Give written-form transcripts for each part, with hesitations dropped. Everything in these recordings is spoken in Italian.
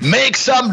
Make some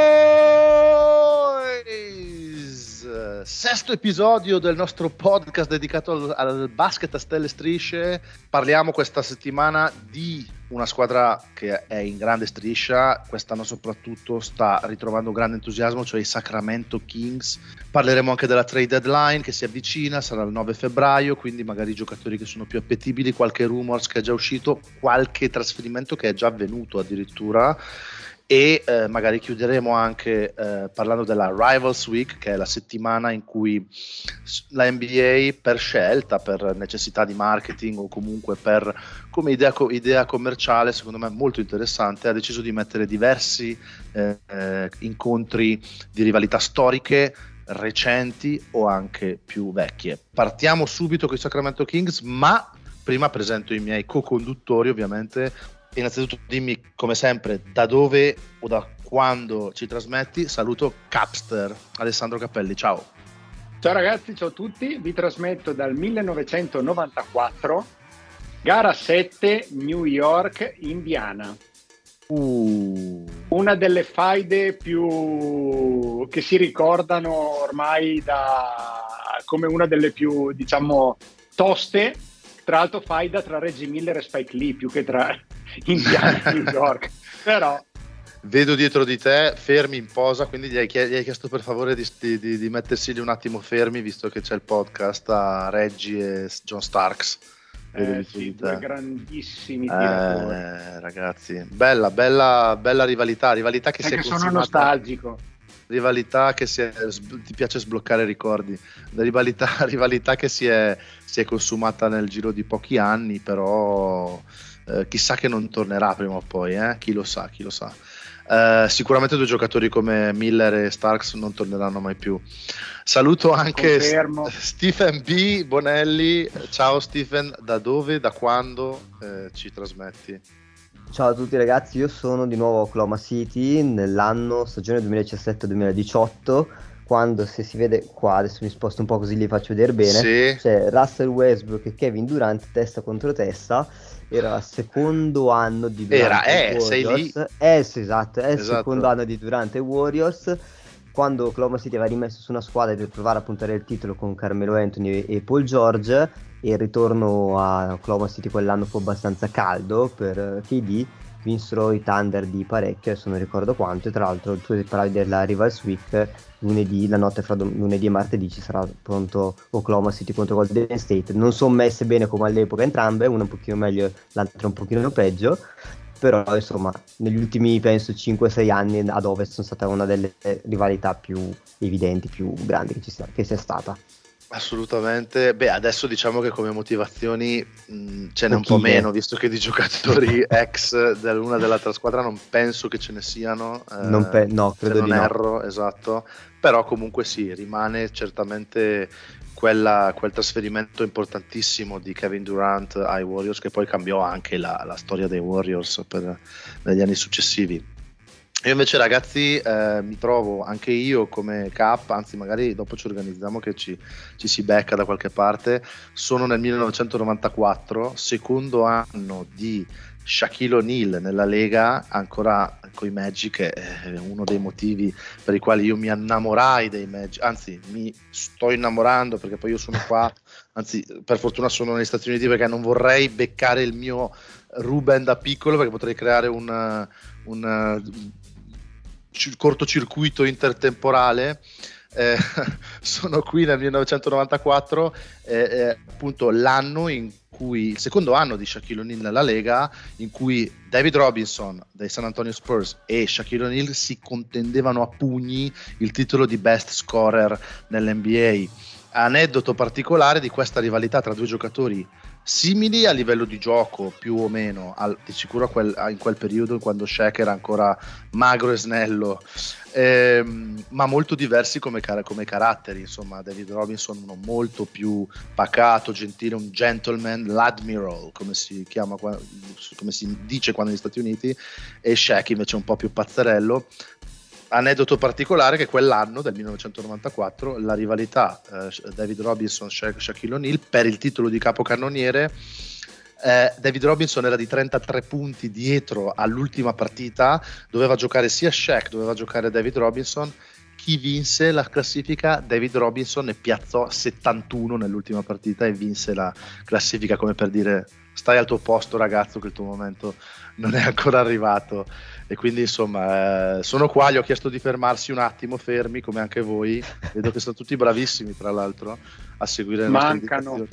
noise! Sesto episodio del nostro podcast dedicato al basket a stelle e strisce. Parliamo questa settimana di una squadra che è in grande striscia, quest'anno soprattutto sta ritrovando grande entusiasmo, cioè i Sacramento Kings. Parleremo anche della trade deadline che si avvicina, sarà il 9 febbraio, quindi magari giocatori che sono più appetibili, qualche rumors che è già uscito, qualche trasferimento che è già avvenuto addirittura. E magari chiuderemo anche parlando della Rivals Week, che è la settimana in cui la NBA, per scelta, per necessità di marketing o comunque per come idea commerciale, secondo me molto interessante, ha deciso di mettere diversi incontri di rivalità storiche, recenti o anche più vecchie. Partiamo subito con i Sacramento Kings, ma prima presento i miei co-conduttori, ovviamente. Innanzitutto dimmi, come sempre, da dove o da quando ci trasmetti. Saluto Capster, Alessandro Cappelli, ciao. Ciao ragazzi, ciao a tutti, vi trasmetto dal 1994, gara 7, New York, Indiana. Una delle faide più che si ricordano ormai come una delle più, diciamo, toste. Tra l'altro faida tra Reggie Miller e Spike Lee più che tra Indiana e New York. Però vedo dietro di te fermi in posa, quindi gli hai chiesto per favore di mettersi lì un attimo fermi, visto che c'è il podcast a Reggie e John Starks. Sì, due grandissimi tiratori. Ragazzi, bella rivalità che si è consumata. Sono nostalgico. Rivalità che ti piace sbloccare ricordi, rivalità che si è consumata nel giro di pochi anni, però chissà che non tornerà prima o poi, chi lo sa. Sicuramente due giocatori come Miller e Starks non torneranno mai più. Saluto anche Stephen B. Bonelli. Ciao Stephen, da dove, da quando ci trasmetti? Ciao a tutti ragazzi, io sono di nuovo a Oklahoma City nell'anno stagione 2017-2018, quando, se si vede qua, adesso mi sposto un po' così li faccio vedere bene, sì. C'è Russell Westbrook e Kevin Durant testa contro testa. Era il secondo anno di Durant e Warriors. Sei lì? Sì, esatto, è il secondo anno di Durant e Warriors, quando Oklahoma City aveva rimesso su una squadra per provare a puntare il titolo con Carmelo Anthony e Paul George, e il ritorno a Oklahoma City quell'anno fu abbastanza caldo per KD. Vinsero i Thunder di parecchio, adesso non ricordo quanto, e tra l'altro tu parlavi della Rivals Week, lunedì, la notte fra lunedì e martedì ci sarà appunto Oklahoma City contro Golden State. Non sono messe bene come all'epoca entrambe, una un pochino meglio, l'altra un pochino peggio, però insomma negli ultimi penso 5-6 anni ad Ovest sono stata una delle rivalità più evidenti, più grandi che sia stata. Assolutamente. Beh, adesso diciamo che come motivazioni ce n'è un po' meno, visto che di giocatori ex dell'una dell'altra squadra non penso che ce ne siano. No, credo se non di erro, no. Esatto. Però comunque sì, rimane certamente quel trasferimento importantissimo di Kevin Durant ai Warriors, che poi cambiò anche la storia dei Warriors negli anni successivi. Io invece ragazzi mi trovo anche io come Cap, anzi magari dopo ci organizziamo che ci si becca da qualche parte. Sono nel 1994, secondo anno di Shaquille O'Neal nella Lega, ancora coi Magic, che è uno dei motivi per i quali io mi innamorai dei Magic, anzi mi sto innamorando perché poi io sono qua, anzi per fortuna sono negli Stati Uniti perché non vorrei beccare il mio Ruben da piccolo, perché potrei creare un cortocircuito intertemporale. Sono qui nel 1994, appunto l'anno in cui, il secondo anno di Shaquille O'Neal nella Lega, in cui David Robinson dei San Antonio Spurs e Shaquille O'Neal si contendevano a pugni il titolo di best scorer nell'NBA. Aneddoto particolare di questa rivalità tra due giocatori simili a livello di gioco, più o meno, di sicuro in quel periodo quando Shaq era ancora magro e snello, ma molto diversi come caratteri. Insomma, David Robinson uno molto più pacato, gentile, un gentleman, l'admiral come si chiama, come si dice qua negli Stati Uniti, e Shaq invece un po' più pazzerello. Aneddoto particolare che quell'anno del 1994 la rivalità David Robinson-Shaquille O'Neal per il titolo di capocannoniere David Robinson era di 33 punti dietro all'ultima partita, doveva giocare sia Shaq, doveva giocare David Robinson. Chi vinse la classifica? David Robinson, e piazzò 71 nell'ultima partita e vinse la classifica, come per dire: stai al tuo posto ragazzo, che il tuo momento non è ancora arrivato. E quindi insomma sono qua, gli ho chiesto di fermarsi un attimo, fermi come anche voi, vedo che sono tutti bravissimi tra l'altro a seguire le nostre indicazioni.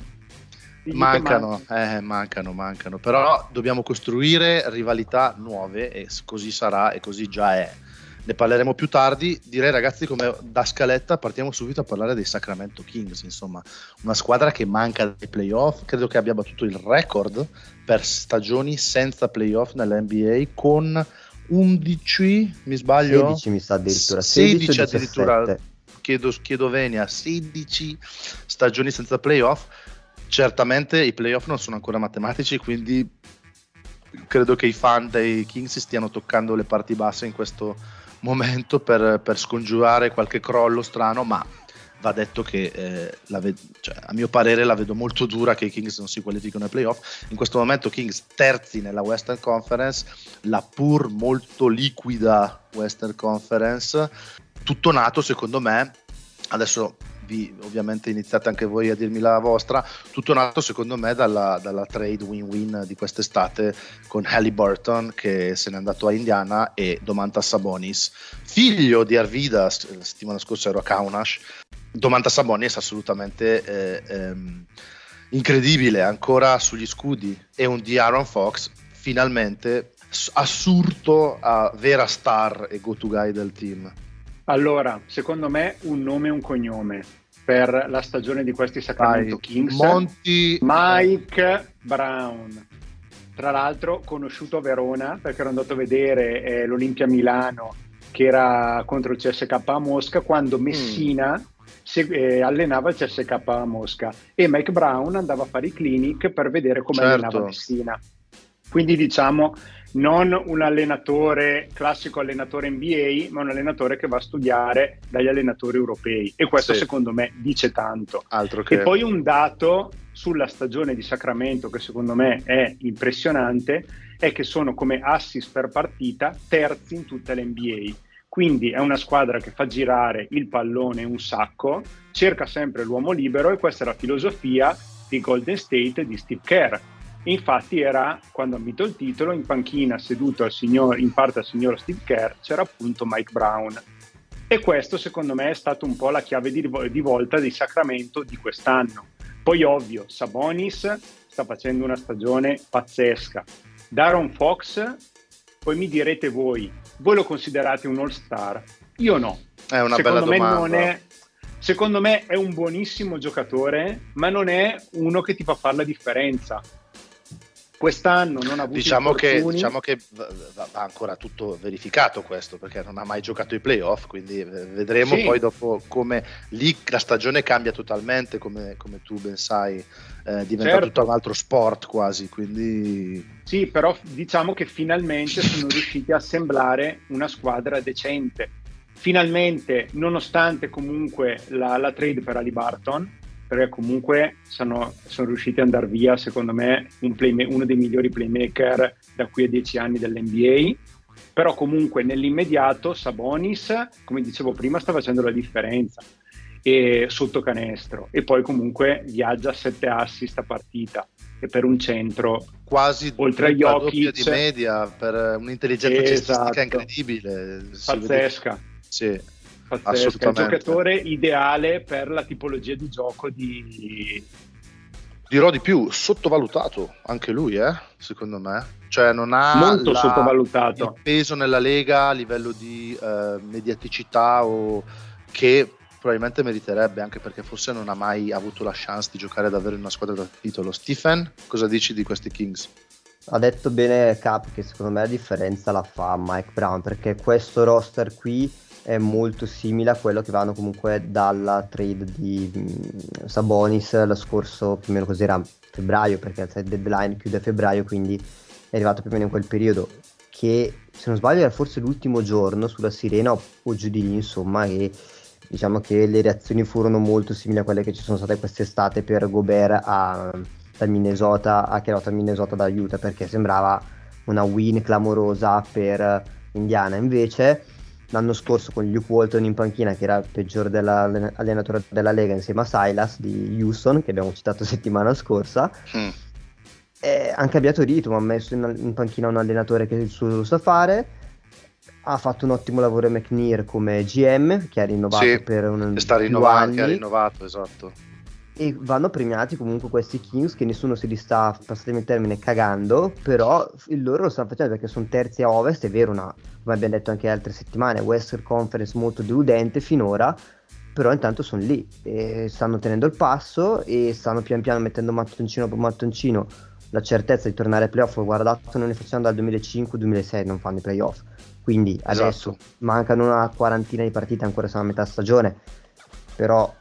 Mancano, però dobbiamo costruire rivalità nuove e così sarà e così già è. Ne parleremo più tardi. Direi, ragazzi, come da scaletta partiamo subito a parlare dei Sacramento Kings, insomma una squadra che manca dei playoff. Credo che abbia battuto il record per stagioni senza playoff nell'NBA con 11, mi sbaglio? 16 mi sa addirittura, 16 addirittura, chiedo venia, 16 stagioni senza playoff. Certamente i playoff non sono ancora matematici, quindi credo che i fan dei Kings si stiano toccando le parti basse in questo momento per scongiurare qualche crollo strano, ma va detto che a mio parere la vedo molto dura che i Kings non si qualificano ai playoff. In questo momento Kings terzi nella Western Conference, la pur molto liquida Western Conference, tutto nato secondo me, adesso ovviamente iniziate anche voi a dirmi la vostra, tutto nato secondo me dalla trade win-win di quest'estate con Haliburton, che se n'è andato a Indiana, e Domantas Sabonis, figlio di Arvidas, la settimana scorsa ero a Kaunas. Domantas Sabonis assolutamente incredibile, ancora sugli scudi, e un di Aaron Fox finalmente assurdo a vera star e go-to guy del team. Allora, secondo me un nome e un cognome per la stagione di questi Sacramento Kings: Mike Brown. Tra l'altro conosciuto a Verona, perché ero andato a vedere l'Olimpia Milano che era contro il CSK a Mosca quando Messina allenava il CSK a Mosca, e Mike Brown andava a fare i clinic per vedere come allenava Messina. Quindi diciamo non un allenatore, classico allenatore NBA, ma un allenatore che va a studiare dagli allenatori europei, e questo secondo me dice tanto. E poi un dato sulla stagione di Sacramento che secondo me è impressionante è che sono come assist per partita terzi in tutta l'NBA. Quindi è una squadra che fa girare il pallone un sacco, cerca sempre l'uomo libero, e questa è la filosofia di Golden State di Steve Kerr. Infatti era, quando ha vinto il titolo, in panchina seduto in parte al signor Steve Kerr c'era appunto Mike Brown, e questo secondo me è stato un po' la chiave di volta di Sacramento di quest'anno. Poi ovvio Sabonis sta facendo una stagione pazzesca, Darren Fox, poi mi direte voi lo considerate un all-star? Io no, è una bella domanda. Secondo me è un buonissimo giocatore, ma non è uno che ti fa fare la differenza. Quest'anno non ha avuto diciamo che va ancora tutto verificato questo, perché non ha mai giocato i playoff, quindi vedremo poi dopo come lì la stagione cambia totalmente, come tu ben sai, diventa tutto un altro sport quasi, quindi sì, però diciamo che finalmente sono riusciti a assemblare una squadra decente, finalmente, nonostante comunque la trade per Haliburton, perché comunque sono riusciti ad andare via, secondo me, uno dei migliori playmaker da qui a 10 anni dell'NBA. Però comunque nell'immediato Sabonis, come dicevo prima, sta facendo la differenza e sotto canestro, e poi comunque viaggia a 7 assist a partita, e per un centro quasi oltre agli Jokic di media, per un'intelligenza cestistica incredibile, pazzesca. Sì, pazzesca, il giocatore ideale per la tipologia di gioco dirò di più, sottovalutato anche lui, secondo me, cioè non ha molto sottovalutato il peso nella Lega a livello di mediaticità, o che probabilmente meriterebbe, anche perché forse non ha mai avuto la chance di giocare davvero in una squadra da titolo. Stephen, cosa dici di questi Kings? Ha detto bene Cap che secondo me la differenza la fa Mike Brown, perché questo roster qui è molto simile a quello che vanno comunque dalla trade di Sabonis lo scorso, più o meno così era febbraio, perché il deadline chiude a febbraio, quindi è arrivato più o meno in quel periodo, che se non sbaglio era forse l'ultimo giorno sulla Sirena o giù di lì, insomma, e diciamo che le reazioni furono molto simili a quelle che ci sono state quest'estate per Gobert a dal Minnesota, ha chiamato il Minnesota da Utah, perché sembrava una win clamorosa per Indiana. Invece l'anno scorso con Luke Walton in panchina, che era il peggior allenatore della Lega insieme a Silas di Houston, che abbiamo citato settimana scorsa, ha cambiato ritmo, ha messo in panchina un allenatore che il suo lo sa fare, ha fatto un ottimo lavoro McNair come GM, che ha rinnovato per un sta rinnovando, che ha rinnovato, esatto. E vanno premiati comunque questi Kings, che nessuno si li sta, passatemi il termine, cagando, però il loro lo stanno facendo perché sono terzi a Ovest, è vero, come abbiamo detto anche altre settimane, Western Conference molto deludente finora, però intanto sono lì e stanno tenendo il passo e stanno pian piano mettendo mattoncino per mattoncino la certezza di tornare ai playoff. Guardate, non li facciamo dal 2005-2006, non fanno i playoff, quindi adesso mancano una quarantina di partite, ancora siamo a metà stagione, però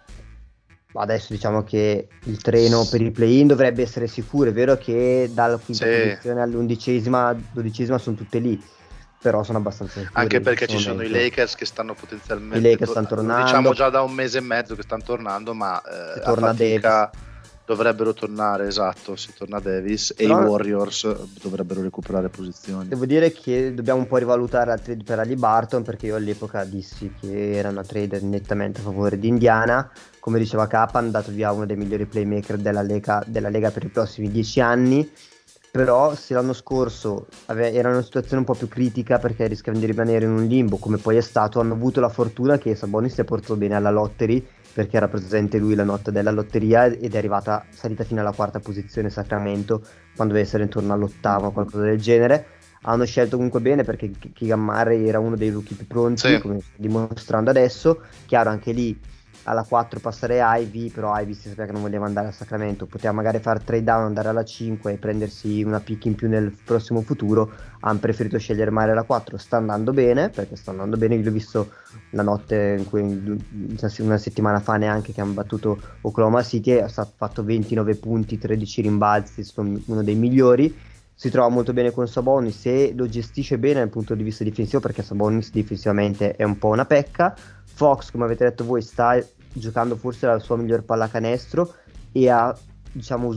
adesso diciamo che il treno per il play-in dovrebbe essere sicuro. È vero che dalla quinta posizione all'11ª, 12ª sono tutte lì, però sono abbastanza sicuri, anche perché ci sono i Lakers che stanno potenzialmente, i Lakers stanno tornando, diciamo già da un mese e mezzo che stanno tornando, ma torna Davis, dovrebbero tornare, esatto, si torna Davis, però, e i Warriors dovrebbero recuperare posizioni. Devo dire che dobbiamo un po' rivalutare la trade per Haliburton, perché io all'epoca dissi che era una trade nettamente a favore di Indiana. Come diceva K, hanno andato via uno dei migliori playmaker della Lega per i prossimi 10 anni, però se l'anno scorso era una situazione un po' più critica perché rischiavano di rimanere in un limbo, come poi è stato, hanno avuto la fortuna che Sabonis si è portato bene alla lottery, perché era presente lui la notte della lotteria ed è salita fino alla quarta posizione Sacramento, quando deve essere intorno all'8ª o qualcosa del genere. Hanno scelto comunque bene perché Keegan Murray era uno dei rookie più pronti, come sta dimostrando adesso. Chiaro, anche lì alla 4 passare Ivy, però Ivy si sapeva che non voleva andare a Sacramento, poteva magari fare trade down, andare alla 5 e prendersi una pick in più nel prossimo futuro. Hanno preferito scegliere Murray alla 4, sta andando bene, perché sta andando bene. Io l'ho visto la notte in cui, una settimana fa neanche, che hanno battuto Oklahoma City, ha fatto 29 punti, 13 rimbalzi, sono uno dei migliori. Si trova molto bene con Sabonis e lo gestisce bene dal punto di vista difensivo, perché Sabonis difensivamente è un po' una pecca. Fox, come avete detto voi, sta giocando forse la sua miglior pallacanestro e ha, diciamo,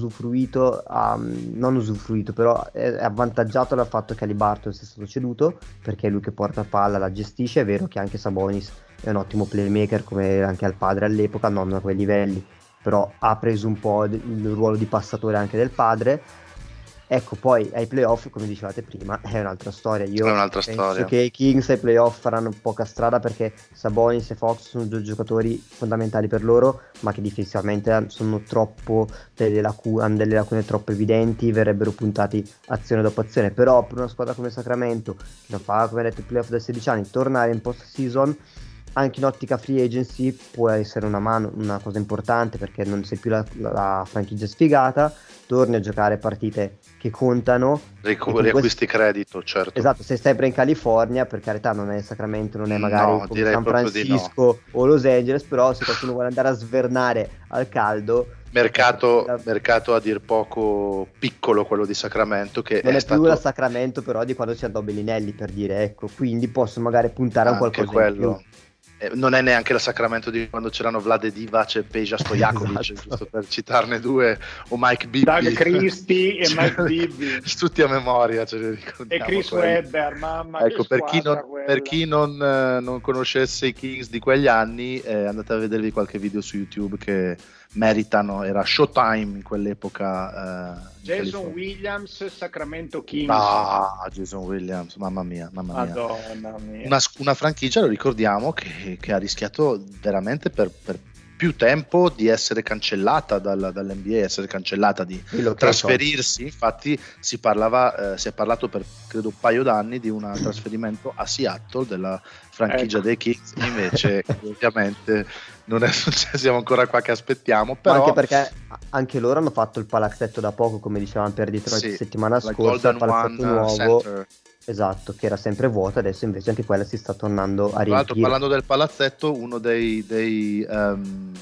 non usufruito, però è avvantaggiato dal fatto che Haliburton sia stato ceduto, perché è lui che porta palla, la gestisce. È vero che anche Sabonis è un ottimo playmaker, come anche al padre all'epoca, non a quei livelli, però ha preso un po' il ruolo di passatore anche del padre. Ecco, poi ai playoff, come dicevate prima, è un'altra storia. Io penso che i Kings ai playoff faranno poca strada, perché Sabonis e Fox sono due giocatori fondamentali per loro, ma che difensivamente sono troppo hanno delle lacune troppo evidenti, verrebbero puntati azione dopo azione. Però per una squadra come Sacramento, che non fa, come detto, i playoff da 16 anni, tornare in post season anche in ottica free agency può essere una cosa importante, perché non sei più la franchigia sfigata, torni a giocare partite che contano, riacquisti credito, certo. Esatto, sei sempre in California, per carità, non è Sacramento, non è magari come San Francisco o Los Angeles, però se qualcuno vuole andare a svernare al caldo, mercato a dir poco piccolo quello di Sacramento, che non è più la Sacramento però di quando si andò Bellinelli, per dire, ecco, quindi posso magari puntare a qualcosa in più. Non è neanche la Sacramento di quando c'erano Vlade Divac e Peja Stojakovic, esatto, giusto per citarne due, o Mike Bibby, Doug Christie e Mike Bibby, tutti a memoria, ce li ricordiamo, e Chris Webber, mamma, ecco, per chi non conoscesse i Kings di quegli anni, andate a vedervi qualche video su YouTube che meritano. Era Showtime in quell'epoca. Jason Williams, Sacramento Kings. Jason Williams, mamma mia. Madonna mia. Una franchigia, lo ricordiamo, che ha rischiato veramente per più tempo di essere cancellata dall'NBA, essere cancellata, di trasferirsi. Infatti si è parlato per credo un paio d'anni di un trasferimento a Seattle della franchigia dei Kings, invece ovviamente non è successo, siamo ancora qua che aspettiamo, però anche perché anche loro hanno fatto il palazzetto da poco, come dicevamo per Detroit settimana scorsa, il palazzetto nuovo Center. Esatto, che era sempre vuoto, adesso invece anche quella si sta tornando a riempire. Tra l'altro, parlando del palazzetto, uno dei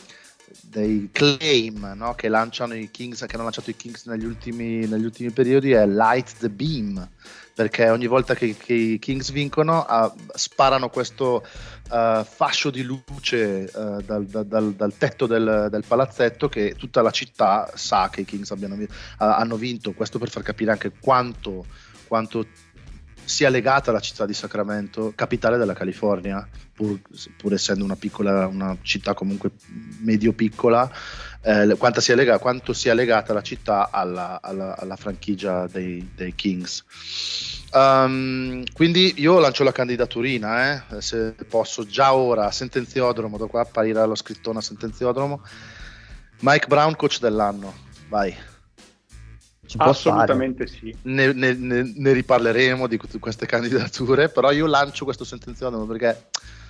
claim, no? Che lanciano i Kings, che hanno lanciato i Kings negli ultimi periodi, è Light the Beam, perché ogni volta che i Kings vincono sparano questo fascio di luce dal tetto del palazzetto, che tutta la città sa che i Kings hanno vinto. Questo per far capire anche quanto sia legata la città di Sacramento, capitale della California, pur essendo una città comunque medio piccola, quanto sia legata la città alla franchigia dei Kings. Quindi io lancio la candidaturina, se posso già ora, Sentenziodromo, da qua apparirà lo scrittone a Sentenziodromo. Mike Brown, coach dell'anno, vai. Assolutamente sì. Ne riparleremo di queste candidature, però io lancio questo Sentenziodromo perché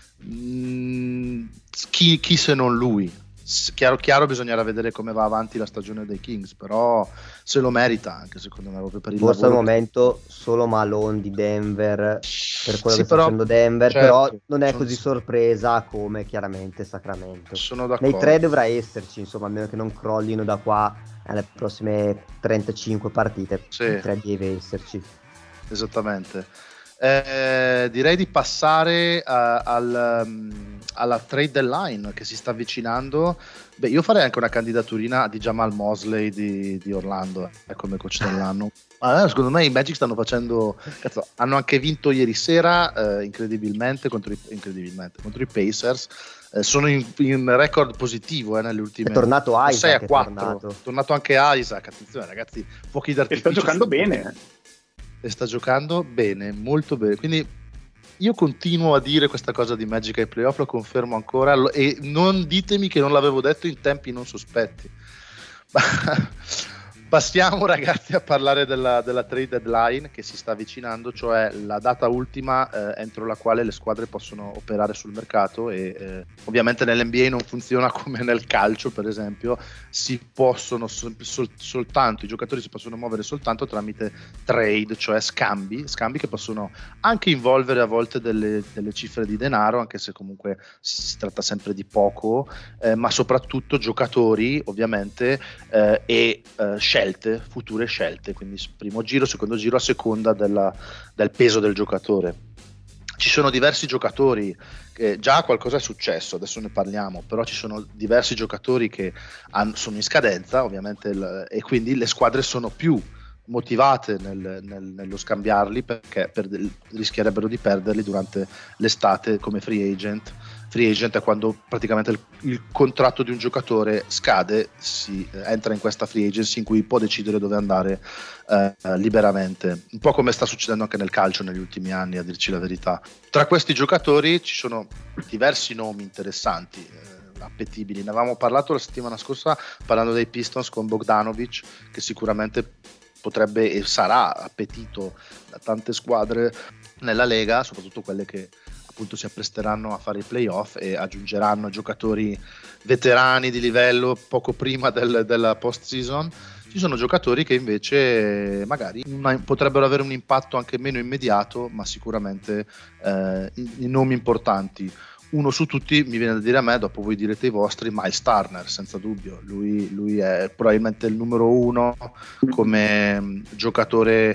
chi se non lui. Chiaro bisognerà vedere come va avanti la stagione dei Kings, però se lo merita anche, secondo me, proprio per il forse lavoro. Al momento solo Malone di Denver, per quello che sta però, facendo Denver, certo, però non è così sorpresa come chiaramente Sacramento. Sono d'accordo. Nei 3 dovrà esserci, insomma, a meno che non crollino da qua alle prossime 35 partite. Sì. Nei 3 deve esserci. Esattamente. Direi di passare alla trade deadline che si sta avvicinando. Beh, io farei anche una candidaturina di Jamal Mosley di Orlando come coach dell'anno. Secondo me i Magic stanno facendo, hanno anche vinto ieri sera incredibilmente contro i Pacers. Sono in record positivo nelle ultime. È tornato Isaac, 6-4. È tornato anche Isaac. Attenzione ragazzi, fuochi d'artificio. E sta giocando bene. E sta giocando bene, molto bene. Quindi io continuo a dire questa cosa di Magic ai playoff, lo confermo ancora, e non ditemi che non l'avevo detto in tempi non sospetti. Passiamo ragazzi a parlare della trade deadline che si sta avvicinando, cioè la data ultima entro la quale le squadre possono operare sul mercato, e ovviamente nell'NBA non funziona come nel calcio, per esempio, si possono soltanto, i giocatori si possono muovere soltanto tramite trade, cioè scambi che possono anche involvere a volte delle cifre di denaro, anche se comunque si tratta sempre di poco, ma soprattutto giocatori ovviamente e future scelte, quindi primo giro, secondo giro, a seconda del peso del giocatore. Ci sono diversi giocatori che già qualcosa è successo, adesso ne parliamo, però ci sono diversi giocatori che sono in scadenza ovviamente, e quindi le squadre sono più motivate nello scambiarli, perché rischierebbero di perderli durante l'estate come free agent. Free agent è quando praticamente il contratto di un giocatore scade, si entra in questa free agency in cui può decidere dove andare liberamente, un po' come sta succedendo anche nel calcio negli ultimi anni, a dirci la verità. Tra questi giocatori ci sono diversi nomi interessanti, appetibili. Ne avevamo parlato la settimana scorsa parlando dei Pistons con Bogdanovic, che sicuramente potrebbe e sarà appetito da tante squadre nella Lega, soprattutto quelle che appunto si appresteranno a fare i playoff e aggiungeranno giocatori veterani di livello poco prima della post season. Ci sono giocatori che invece magari potrebbero avere un impatto anche meno immediato, ma sicuramente i nomi importanti. Uno su tutti mi viene da dire a me, dopo voi direte i vostri, Miles Turner, senza dubbio. Lui è probabilmente il numero 1 come giocatore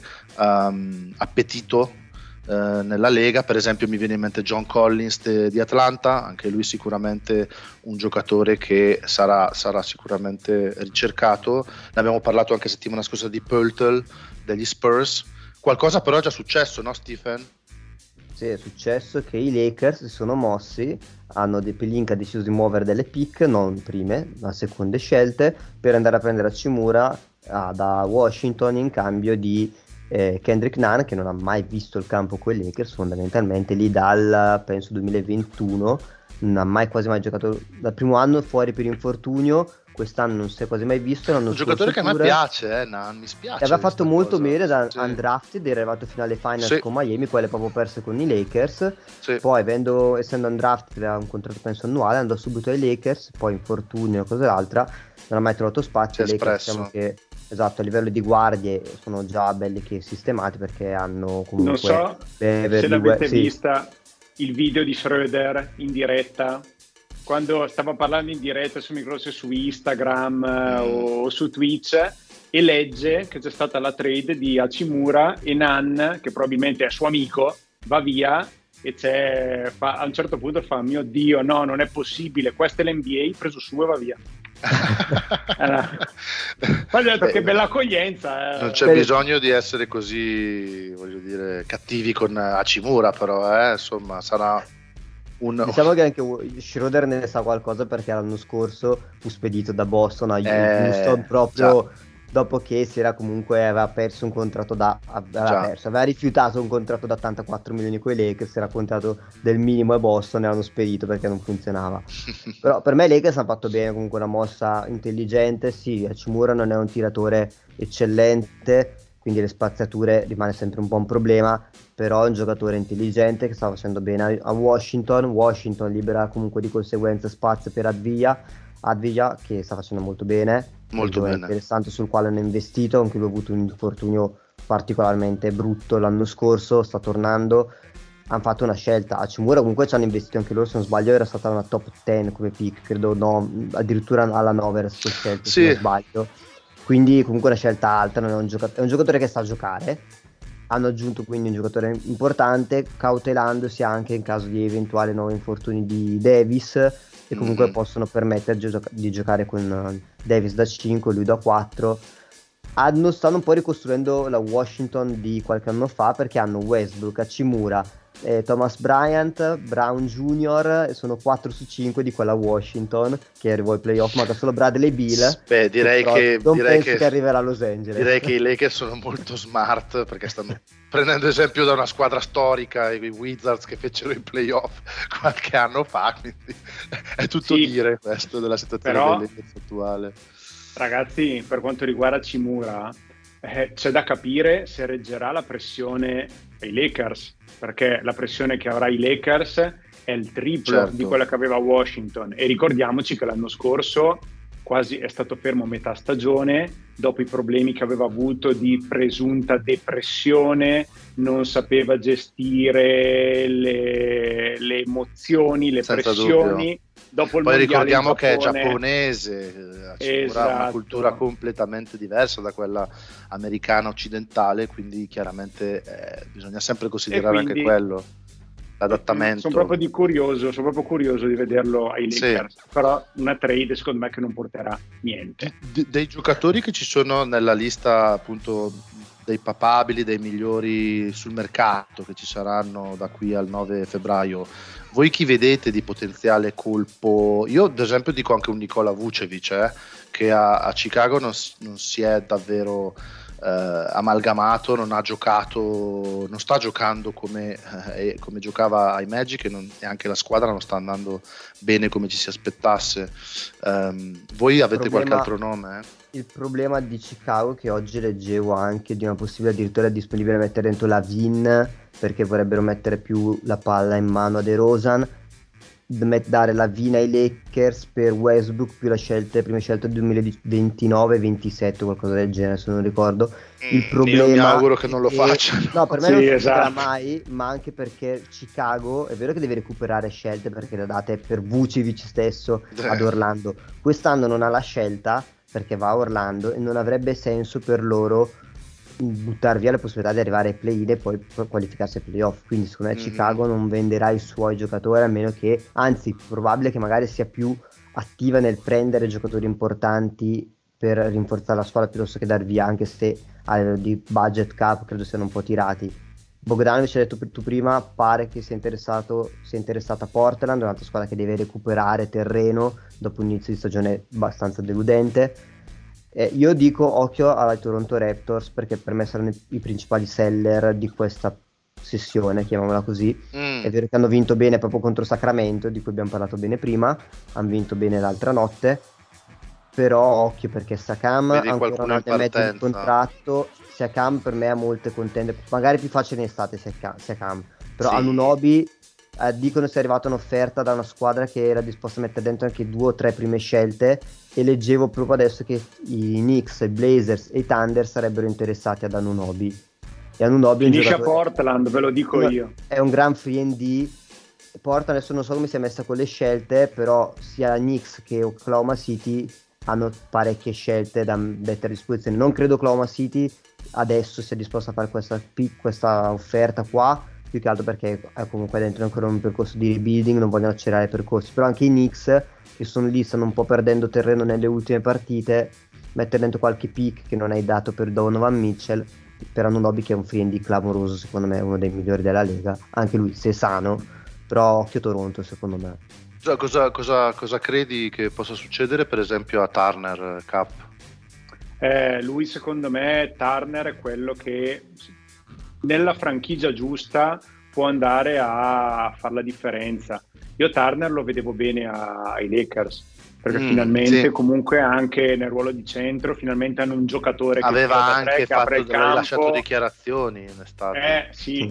appetito nella Lega. Per esempio mi viene in mente John Collins di Atlanta, anche lui sicuramente un giocatore che sarà sicuramente ricercato. Ne abbiamo parlato anche settimana scorsa di Poeltl degli Spurs. Qualcosa però è già successo, no Stephen? Sì, è successo che i Lakers si sono mossi, Pelinka ha deciso di muovere delle pick, non prime, ma seconde scelte, per andare a prendere Hachimura da Washington in cambio di Kendrick Nunn, che non ha mai visto il campo con i Lakers fondamentalmente lì dal penso 2021, non ha mai quasi mai giocato, dal primo anno fuori per infortunio, quest'anno non si è quasi mai visto. Un giocatore che a me piace, Nunn, mi spiace. Aveva fatto molto bene da sì. Undrafted, era arrivato fino alle finals sì. con Miami, poi le proprio perse con i Lakers, sì. Poi essendo Undrafted aveva un contratto penso annuale, andò subito ai Lakers, poi infortunio e cosa l'altra, non ha mai trovato spazio. Lakers, diciamo che esatto, a livello di guardie sono già belli che sistemati, perché hanno comunque non so se l'avete vista il video di Schroeder in diretta quando stava parlando in diretta su Microsoft, su Instagram o su Twitch, e legge che c'è stata la trade di Hachimura e Nan, che probabilmente è suo amico, va via e a un certo punto fa: mio Dio, no, non è possibile, questa è l'NBA, preso su e va via. Poi ho detto che bella accoglienza. Non c'è bisogno di essere così, voglio dire, cattivi con Hachimura, però insomma sarà diciamo che anche Schroeder ne sa qualcosa, perché l'anno scorso fu spedito da Boston a Houston proprio dopo che aveva perso un contratto aveva rifiutato un contratto da 84 milioni con i Lakers, era contato del minimo a Boston e l'hanno spedito perché non funzionava. Però per me i Lakers hanno fatto bene, comunque una mossa intelligente. Sì, Hachimura non è un tiratore eccellente, quindi le spaziature rimane sempre un po' un problema, però è un giocatore intelligente che sta facendo bene a Washington libera comunque di conseguenza spazio per Advija, che sta facendo molto bene, interessante, sul quale hanno investito. Anche lui ha avuto un infortunio particolarmente brutto l'anno scorso, sta tornando. Hanno fatto una scelta. Hachimura comunque ci hanno investito anche loro, se non sbaglio era stata una top 10 come pick, credo, no, addirittura alla 9 era stato scelto, se non sbaglio. Quindi comunque una scelta alta, non è un giocatore che sa giocare. Hanno aggiunto quindi un giocatore importante, cautelandosi anche in caso di eventuali nuovi infortuni di Davis, e comunque possono permetterci di giocare con Davis da 5, lui da 4. Stanno un po' ricostruendo la Washington di qualche anno fa, perché hanno Westbrook, Hachimura, Thomas Bryant, Brown Jr., e sono 4 su 5 di quella Washington che arrivò ai playoff. Manca solo Bradley Beal. Direi che arriverà a Los Angeles. Direi che i Lakers sono molto smart, perché stanno prendendo esempio da una squadra storica, i Wizards, che fecero i playoff qualche anno fa, quindi è tutto dire questo della situazione dei Lakers attuale. Ragazzi, per quanto riguarda Hachimura, c'è da capire se reggerà la pressione ai Lakers, perché la pressione che avrà i Lakers è il triplo di quella che aveva Washington, e ricordiamoci che l'anno scorso quasi è stato fermo metà stagione dopo i problemi che aveva avuto di presunta depressione, non sapeva gestire le emozioni, le senza pressioni. Dubbio. Dopo il Poi ricordiamo Giappone, che è giapponese, ha una cultura completamente diversa da quella americana occidentale, quindi chiaramente bisogna sempre considerare anche quello, l'adattamento. Sono proprio curioso di vederlo ai Lakers, però una trade secondo me che non porterà niente. Dei giocatori che ci sono nella lista appunto dei papabili, dei migliori sul mercato, che ci saranno da qui al 9 febbraio, voi chi vedete di potenziale colpo? Io ad esempio dico anche un Nikola Vucevic, che a Chicago non si è davvero amalgamato, non sta giocando come giocava ai Magic, e anche la squadra non sta andando bene come ci si aspettasse. Voi avete qualche altro nome? Il problema di Chicago, che oggi leggevo anche di una possibile addirittura disponibile a mettere dentro la Vin, perché vorrebbero mettere più la palla in mano a DeRozan, dare la Vin ai Lakers per Westbrook più prime scelte 2029-27, qualcosa del genere, se non ricordo. Il problema, io mi auguro che non lo facciano. No, per me non succederà mai, ma anche perché Chicago è vero che deve recuperare scelte, perché le date per Vucevic stesso ad Orlando. Quest'anno non ha la scelta perché va a Orlando, e non avrebbe senso per loro buttare via la possibilità di arrivare ai play-in e poi qualificarsi ai playoff. Quindi secondo me Chicago non venderà i suoi giocatori, a meno che, anzi probabile che magari sia più attiva nel prendere giocatori importanti per rinforzare la squadra, piuttosto che dar via, anche se a livello di budget cap credo siano un po' tirati. Bogdanovic, hai detto tu prima, pare che sia interessata a Portland, un'altra squadra che deve recuperare terreno dopo un inizio di stagione abbastanza deludente. Io dico occhio ai Toronto Raptors, perché per me saranno i principali seller di questa sessione, chiamiamola così. È vero che hanno vinto bene proprio contro Sacramento, di cui abbiamo parlato bene prima, hanno vinto bene l'altra notte, però occhio, perché Siakam ha ancora un anno e mezzo di contratto. Siakam per me ha molte contende, magari più facile in estate Siakam, però Anunoby dicono sia arrivata un'offerta da una squadra che era disposta a mettere dentro anche 2 o 3 prime scelte, e leggevo proprio adesso che i Knicks, i Blazers e i Thunder sarebbero interessati ad Anunoby. E Anunoby finisce a Portland, ve lo dico io. È un gran free and D, Portland adesso non so come si è messa con le scelte, però sia Knicks che Oklahoma City hanno parecchie scelte da mettere a disposizione. Non credo Oklahoma City adesso sia disposta a fare questa offerta qua, più che altro perché è comunque dentro ancora un percorso di rebuilding, non vogliono accelerare i percorsi. Però anche i Knicks, che sono lì, stanno un po' perdendo terreno nelle ultime partite, mettere dentro qualche pick che non hai dato per Donovan Mitchell, per Anunoby, che è un free and D clamoroso, secondo me è uno dei migliori della Lega, anche lui se sano, però occhio Toronto secondo me. Cosa credi che possa succedere per esempio a Turner, Cap? Lui secondo me, Turner è quello che nella franchigia giusta può andare a fare la differenza. Io Turner lo vedevo bene ai Lakers, perché finalmente comunque anche nel ruolo di centro finalmente hanno un giocatore che aveva anche apre il campo. Lasciato dichiarazioni in estate.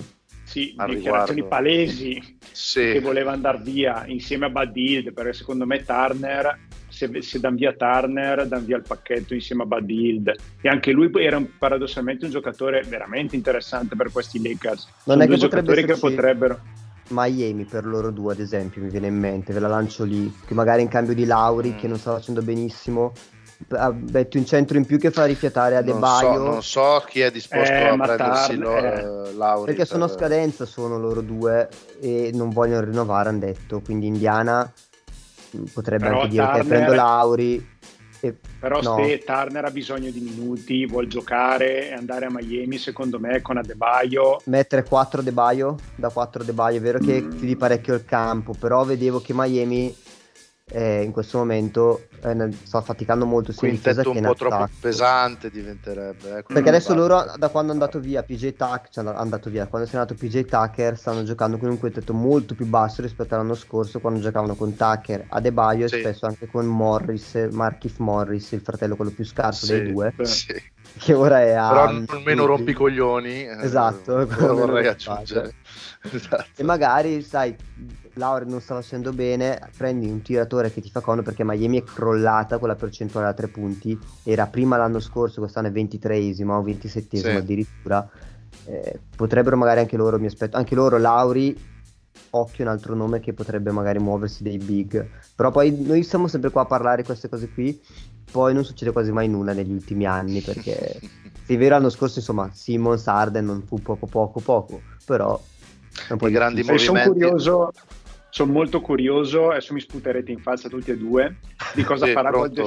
Sì, dichiarazioni palesi che voleva andare via insieme a Bud Hield, perché secondo me Turner, se dan via Turner, dan via il pacchetto insieme a Bud Hield, e anche lui era paradossalmente un giocatore veramente interessante per questi Lakers. Non sono è due che giocatori che potrebbero Miami per loro due, ad esempio, mi viene in mente, ve la lancio lì, che magari in cambio di Lauri che non sta facendo benissimo, metti un centro in più che fa rifiatare Adebayo. Non so chi è disposto a prendersi Lauri, perché sono a scadenza, sono loro due e non vogliono rinnovare, hanno detto, quindi Indiana potrebbe però anche dire Turner, che prendo Lauri. Però se Turner ha bisogno di minuti, vuol giocare e andare a Miami, secondo me con Adebayo, mettere 4 Adebayo, da 4 Adebayo, è vero che chiudi parecchio il campo, però vedevo che Miami in questo momento sta faticando molto sia in difesa che in attacco. Un po' troppo pesante diventerebbe, perché adesso loro, da quando è andato via PJ Tucker, quando è andato PJ Tucker, stanno giocando con un quintetto molto più basso rispetto all'anno scorso, quando giocavano con Tucker, Adebayo e spesso anche con Markieff Morris, il fratello quello più scarso dei due, che ora è a però almeno rompicoglioni, esatto, vorrei aggiungere. Esatto. E magari sai, Lauri non sta facendo bene, prendi un tiratore che ti fa comodo, perché Miami è crollata con la percentuale da 3 punti, era prima l'anno scorso, quest'anno è 23esima o 27esima addirittura. Potrebbero magari anche loro, mi aspetto, anche loro Lauri, occhio un altro nome che potrebbe magari muoversi dei big, però poi noi siamo sempre qua a parlare di queste cose qui, poi non succede quasi mai nulla negli ultimi anni, perché sì, è vero, l'anno scorso insomma Simmons, Harden non fu poco, però un po' i grandi movimenti. Sono molto curioso, adesso mi sputerete in faccia tutti e due, di cosa farà Golden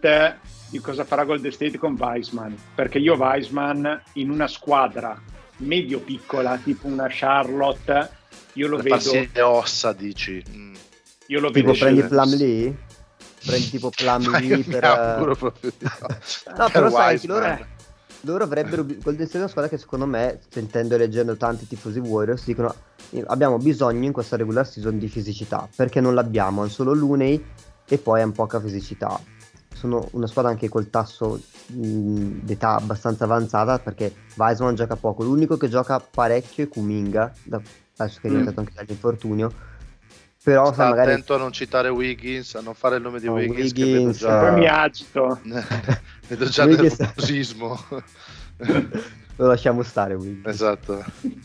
State con Wiseman, perché io Wiseman in una squadra medio piccola, tipo una Charlotte, io lo vedo le ossa, dici. Io lo tipo vedo prendi Plumlee? Prendi tipo Plumlee per no, però sai, loro avrebbero Golden State è una squadra che secondo me, sentendo e leggendo tanti tifosi Warriors, dicono abbiamo bisogno in questa regular season di fisicità, perché non l'abbiamo, hanno solo Looney e poi hanno poca fisicità. Sono una squadra anche col tasso d'età abbastanza avanzata, perché Wiseman gioca poco, l'unico che gioca parecchio è Kuminga, adesso che è diventato anche dall'infortunio. Però sta magari attento a non citare Wiggins, a non fare il nome di Wiggins, che vedo già, mi agito. Vedo già nervosismo. Lo lasciamo stare Wiggins. Esatto.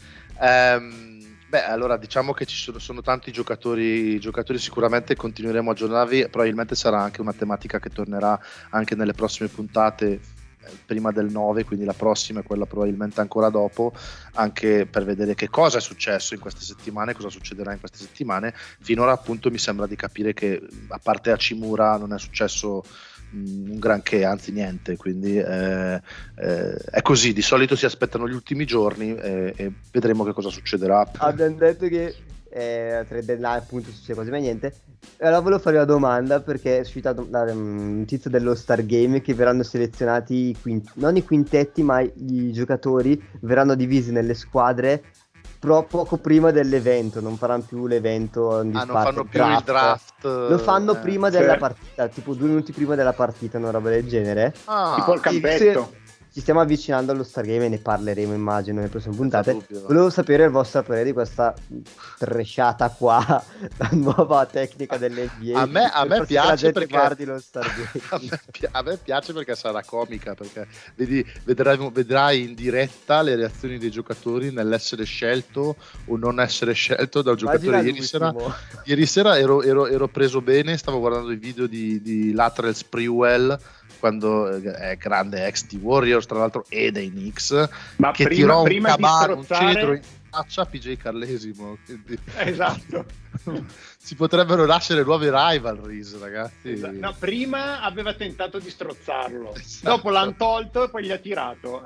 Allora diciamo che ci sono tanti giocatori sicuramente continueremo a aggiornarvi, probabilmente sarà anche una tematica che tornerà anche nelle prossime puntate, prima del 9, quindi la prossima e quella probabilmente ancora dopo, anche per vedere che cosa è successo in queste settimane, cosa succederà in queste settimane. Finora appunto mi sembra di capire che a parte Hachimura non è successo un granché, anzi niente, quindi è così, di solito si aspettano gli ultimi giorni e vedremo che cosa succederà. Abbiamo detto che trade deadline appunto succede quasi mai niente. Allora volevo fare una domanda, perché è uscita una notizia dello Star Game che verranno selezionati non i quintetti ma i giocatori verranno divisi nelle squadre poco prima dell'evento, non faranno più l'evento non fanno più il draft, lo fanno prima della partita, tipo 2 minuti prima della partita, una roba del genere, tipo il campetto. ci stiamo avvicinando allo Stargame e ne parleremo, immagino, nelle prossime puntate. Volevo sapere il vostro parere di questa tresciata qua, la nuova tecnica dell'NBA. A me piace perché guardi lo Stargame. a me piace perché sarà comica, perché vedrai in diretta le reazioni dei giocatori nell'essere scelto o non essere scelto dal giocatore. Ieri sera ero preso bene, stavo guardando i video di Latrell Sprewell, quando è grande ex di Warriors tra l'altro e dei Knicks, ma che prima un cedro in faccia a PJ Carlesimo, quindi... esatto. Si potrebbero nascere nuove rivalries, ragazzi. Esatto. No, prima aveva tentato di strozzarlo, dopo l'hanno tolto e poi gli ha tirato.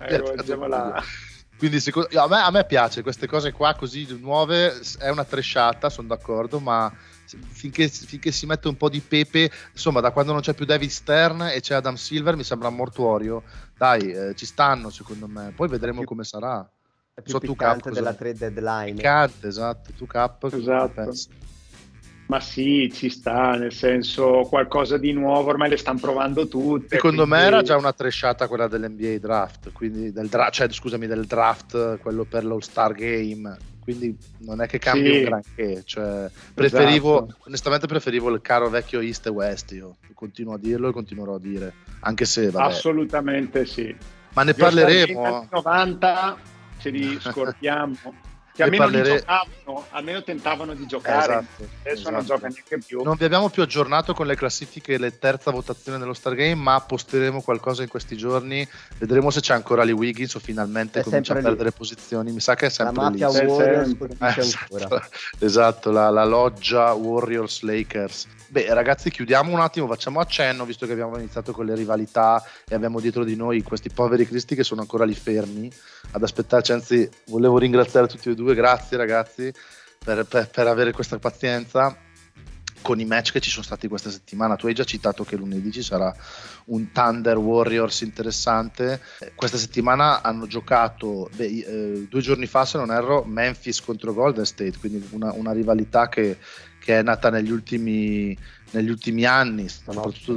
Quindi a me piace queste cose qua così nuove, è una tresciata, sono d'accordo, ma finché si mette un po' di pepe, insomma, da quando non c'è più David Stern e c'è Adam Silver, mi sembra un mortuorio. Dai, ci stanno secondo me, poi vedremo come sarà. È più piccante della trade deadline. Piccante, esatto, 2K. Esatto. Ma sì, ci sta, nel senso, qualcosa di nuovo, ormai le stanno provando tutte. Secondo me era già una tresciata quella dell'NBA draft, quindi del draft, quello per l'All-Star Game, quindi non è che cambi un granché, cioè onestamente preferivo il caro vecchio East e West, io continuo a dirlo e continuerò a dire, anche se vabbè. Assolutamente sì. Ma ne parleremo. Negli anni 90 ce li scordiamo. Che almeno tentavano di giocare, adesso non giocano neanche più. Non vi abbiamo più aggiornato con le classifiche e le terza votazione dello Stargame, ma posteremo qualcosa in questi giorni, vedremo se c'è ancora Lee Wiggins o finalmente comincia a perdere posizioni. Mi sa che è sempre la mafia lì. Warriors ancora. Esatto, la loggia Warriors Lakers. Beh, ragazzi, chiudiamo un attimo, facciamo accenno, visto che abbiamo iniziato con le rivalità e abbiamo dietro di noi questi poveri cristi che sono ancora lì fermi ad aspettarci. Anzi, volevo ringraziare tutti e due, grazie ragazzi per avere questa pazienza con i match che ci sono stati questa settimana. Tu hai già citato che lunedì ci sarà un Thunder Warriors interessante. Questa settimana hanno giocato 2 giorni fa, se non erro, Memphis contro Golden State, quindi una rivalità che è nata negli ultimi anni, soprattutto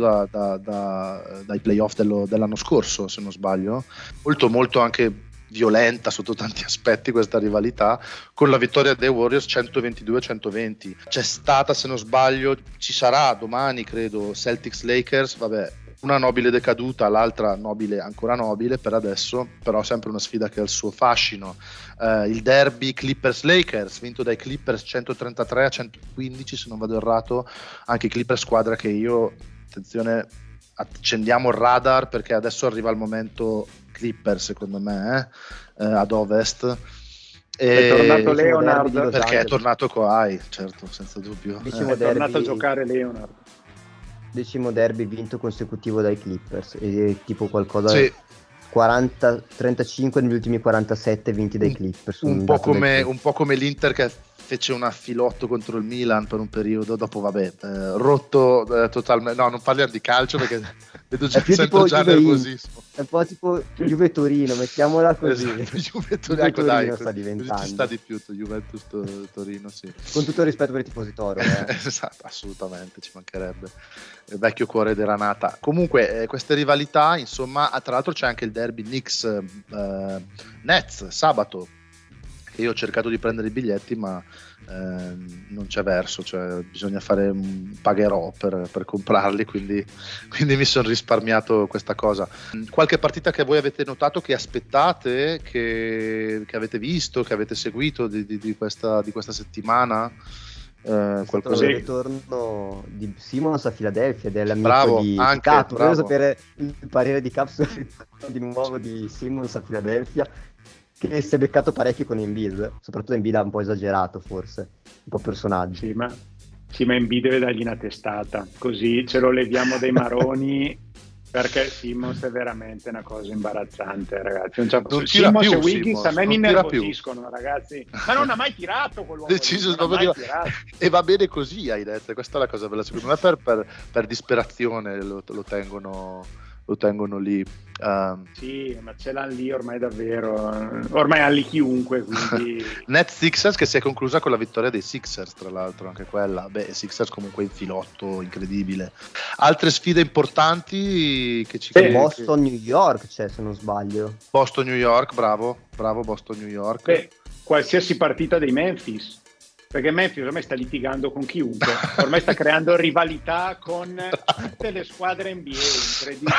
dai playoff dell'anno scorso, se non sbaglio. Molto anche violenta sotto tanti aspetti questa rivalità, con la vittoria dei Warriors 122-120. C'è stata, se non sbaglio, ci sarà domani credo Celtics Lakers, vabbè, una nobile decaduta, l'altra nobile, ancora nobile per adesso, però sempre una sfida che ha il suo fascino. Il derby Clippers-Lakers, vinto dai Clippers 133-115, se non vado errato, anche i Clippers squadra che io, attenzione, accendiamo il radar perché adesso arriva il momento Clippers secondo me, ad Ovest. È tornato Leonard perché è tornato Kawhi, certo, senza dubbio. È tornato a giocare Leonard. 10° derby vinto consecutivo dai Clippers, e tipo qualcosa sì. 35 negli ultimi 47 vinti dai Clippers. Un po' come l'Inter che fece un affilotto contro il Milan per un periodo, dopo vabbè, rotto totalmente. No, non parliamo di calcio perché vedo già, sento già nervosismo. È un po' tipo Juve Torino, mettiamola così. Esatto, Juve Torino, dai, sta diventando. Ci sta di più Juventus Torino, sì. Con tutto il rispetto per i tifosi Toro. Esatto, assolutamente, ci mancherebbe. Il vecchio cuore della nata. Comunque, queste rivalità, insomma, tra l'altro c'è anche il derby Knicks Nets sabato, che io ho cercato di prendere i biglietti ma non c'è verso, cioè bisogna pagherò per comprarli, quindi mi sono risparmiato questa cosa. Qualche partita che voi avete notato, che aspettate, che avete visto, che avete seguito di questa settimana? Qualcosa? Il ritorno di Simmons a Philadelphia, dell'amico di Cap. Volevo sapere il parere di Cap di nuovo di Simmons a Philadelphia, che si è beccato parecchio con Embiid, soprattutto Embiid ha un po' esagerato forse, un po' personaggio. Sì, ma Embiid deve dargli una testata, così ce lo leviamo dai maroni, perché Simmons è veramente una cosa imbarazzante, ragazzi. Simmons e Wiggins a me mi nervosiscono, ragazzi, ma non ha mai tirato quell'uomo. E va bene così, hai detto, questa è la cosa bella, secondo me per disperazione lo tengono lo tengono lì. Sì, ma ce l'hanno lì ormai davvero, ormai hanno lì chiunque, quindi... Nets Sixers che si è conclusa con la vittoria dei Sixers, tra l'altro, anche quella, Sixers comunque in filotto incredibile. Altre sfide importanti che ci... Boston New York c'è, se non sbaglio. Boston New York, bravo Boston New York. Qualsiasi partita dei Memphis, perché Memphis ormai sta litigando con chiunque, ormai sta creando rivalità con tutte le squadre NBA, incredibile,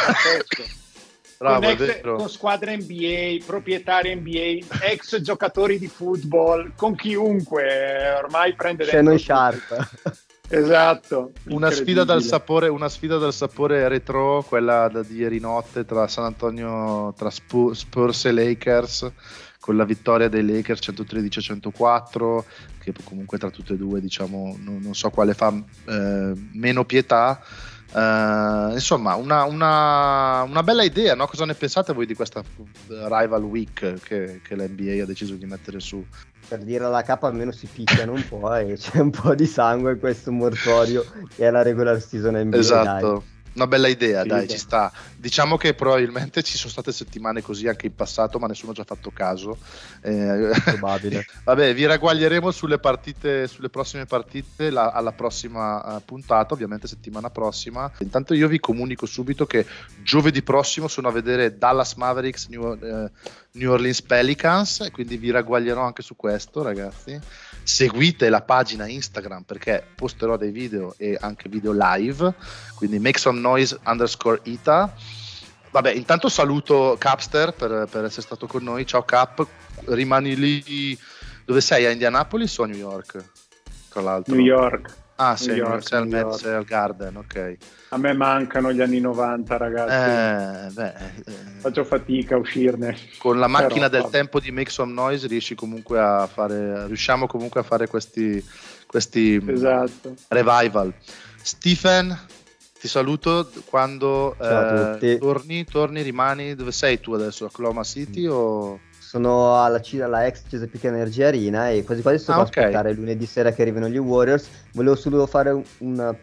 con squadre NBA, proprietari NBA, ex giocatori di football, con chiunque, ormai prende Shannon Sharp. Esatto. Una sfida dal sapore retro, quella di ieri notte tra San Antonio, tra Spurs e Lakers, con la vittoria dei Lakers 113-104, che comunque tra tutte e due, diciamo, non so quale fa meno pietà. Insomma, una bella idea, no? Cosa ne pensate voi di questa Rival Week che la NBA ha deciso di mettere su? Per dire alla capa almeno si picchiano un po' e c'è un po' di sangue in questo mortorio che è la regular season NBA. Esatto. Dai. Una bella idea, sì, dai, ci sta. Diciamo che probabilmente ci sono state settimane così anche in passato, ma nessuno ci ha fatto caso. Probabile. Vabbè, vi ragguaglieremo sulle prossime partite alla prossima puntata, ovviamente settimana prossima. Intanto io vi comunico subito che giovedì prossimo sono a vedere Dallas Mavericks New Orleans Pelicans, quindi vi ragguaglierò anche su questo, ragazzi. Seguite la pagina Instagram perché posterò dei video e anche video live, quindi make some noise _ita. Vabbè, intanto saluto Capster per essere stato con noi. Ciao Cap, rimani lì. Dove sei? A Indianapolis o a New York? Tra l'altro New York. Ah, sei al Madison Garden, ok. A me mancano gli anni 90, ragazzi. Faccio fatica a uscirne. Con la macchina del tempo di Make Some Noise riusciamo comunque a fare questi esatto. Revival. Stephen, ti saluto. Quando torni, rimani. Dove sei tu adesso? A Oklahoma City o... Sono alla ex Chesapeake Energy Arena e quasi sto per aspettare lunedì sera che arrivino gli Warriors. Volevo solo fare un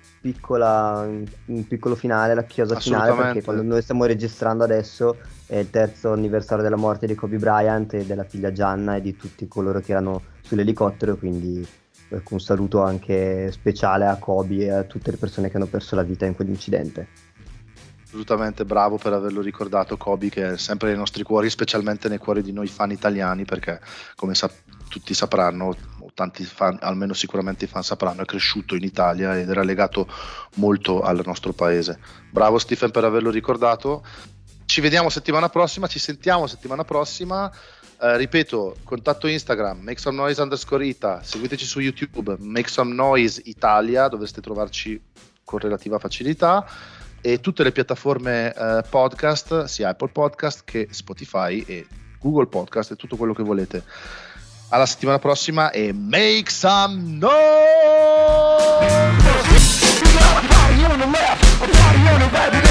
piccolo finale, la chiosa finale, perché quando noi stiamo registrando adesso è il 3° anniversario della morte di Kobe Bryant e della figlia Gianna e di tutti coloro che erano sull'elicottero, quindi un saluto anche speciale a Kobe e a tutte le persone che hanno perso la vita in quell'incidente. Assolutamente, bravo per averlo ricordato Kobe, che è sempre nei nostri cuori, specialmente nei cuori di noi fan italiani, perché come tutti sapranno, tanti fan, almeno sicuramente i fan sapranno, è cresciuto in Italia ed era legato molto al nostro paese. Bravo Stephen per averlo ricordato. Ci vediamo settimana prossima, ci sentiamo settimana prossima. Ripeto, contatto Instagram make some noise _ita, seguiteci su YouTube make some noise Italia, dovreste trovarci con relativa facilità, e tutte le piattaforme podcast, sia Apple Podcast che Spotify e Google Podcast e tutto quello che volete. Alla settimana prossima e make some noise!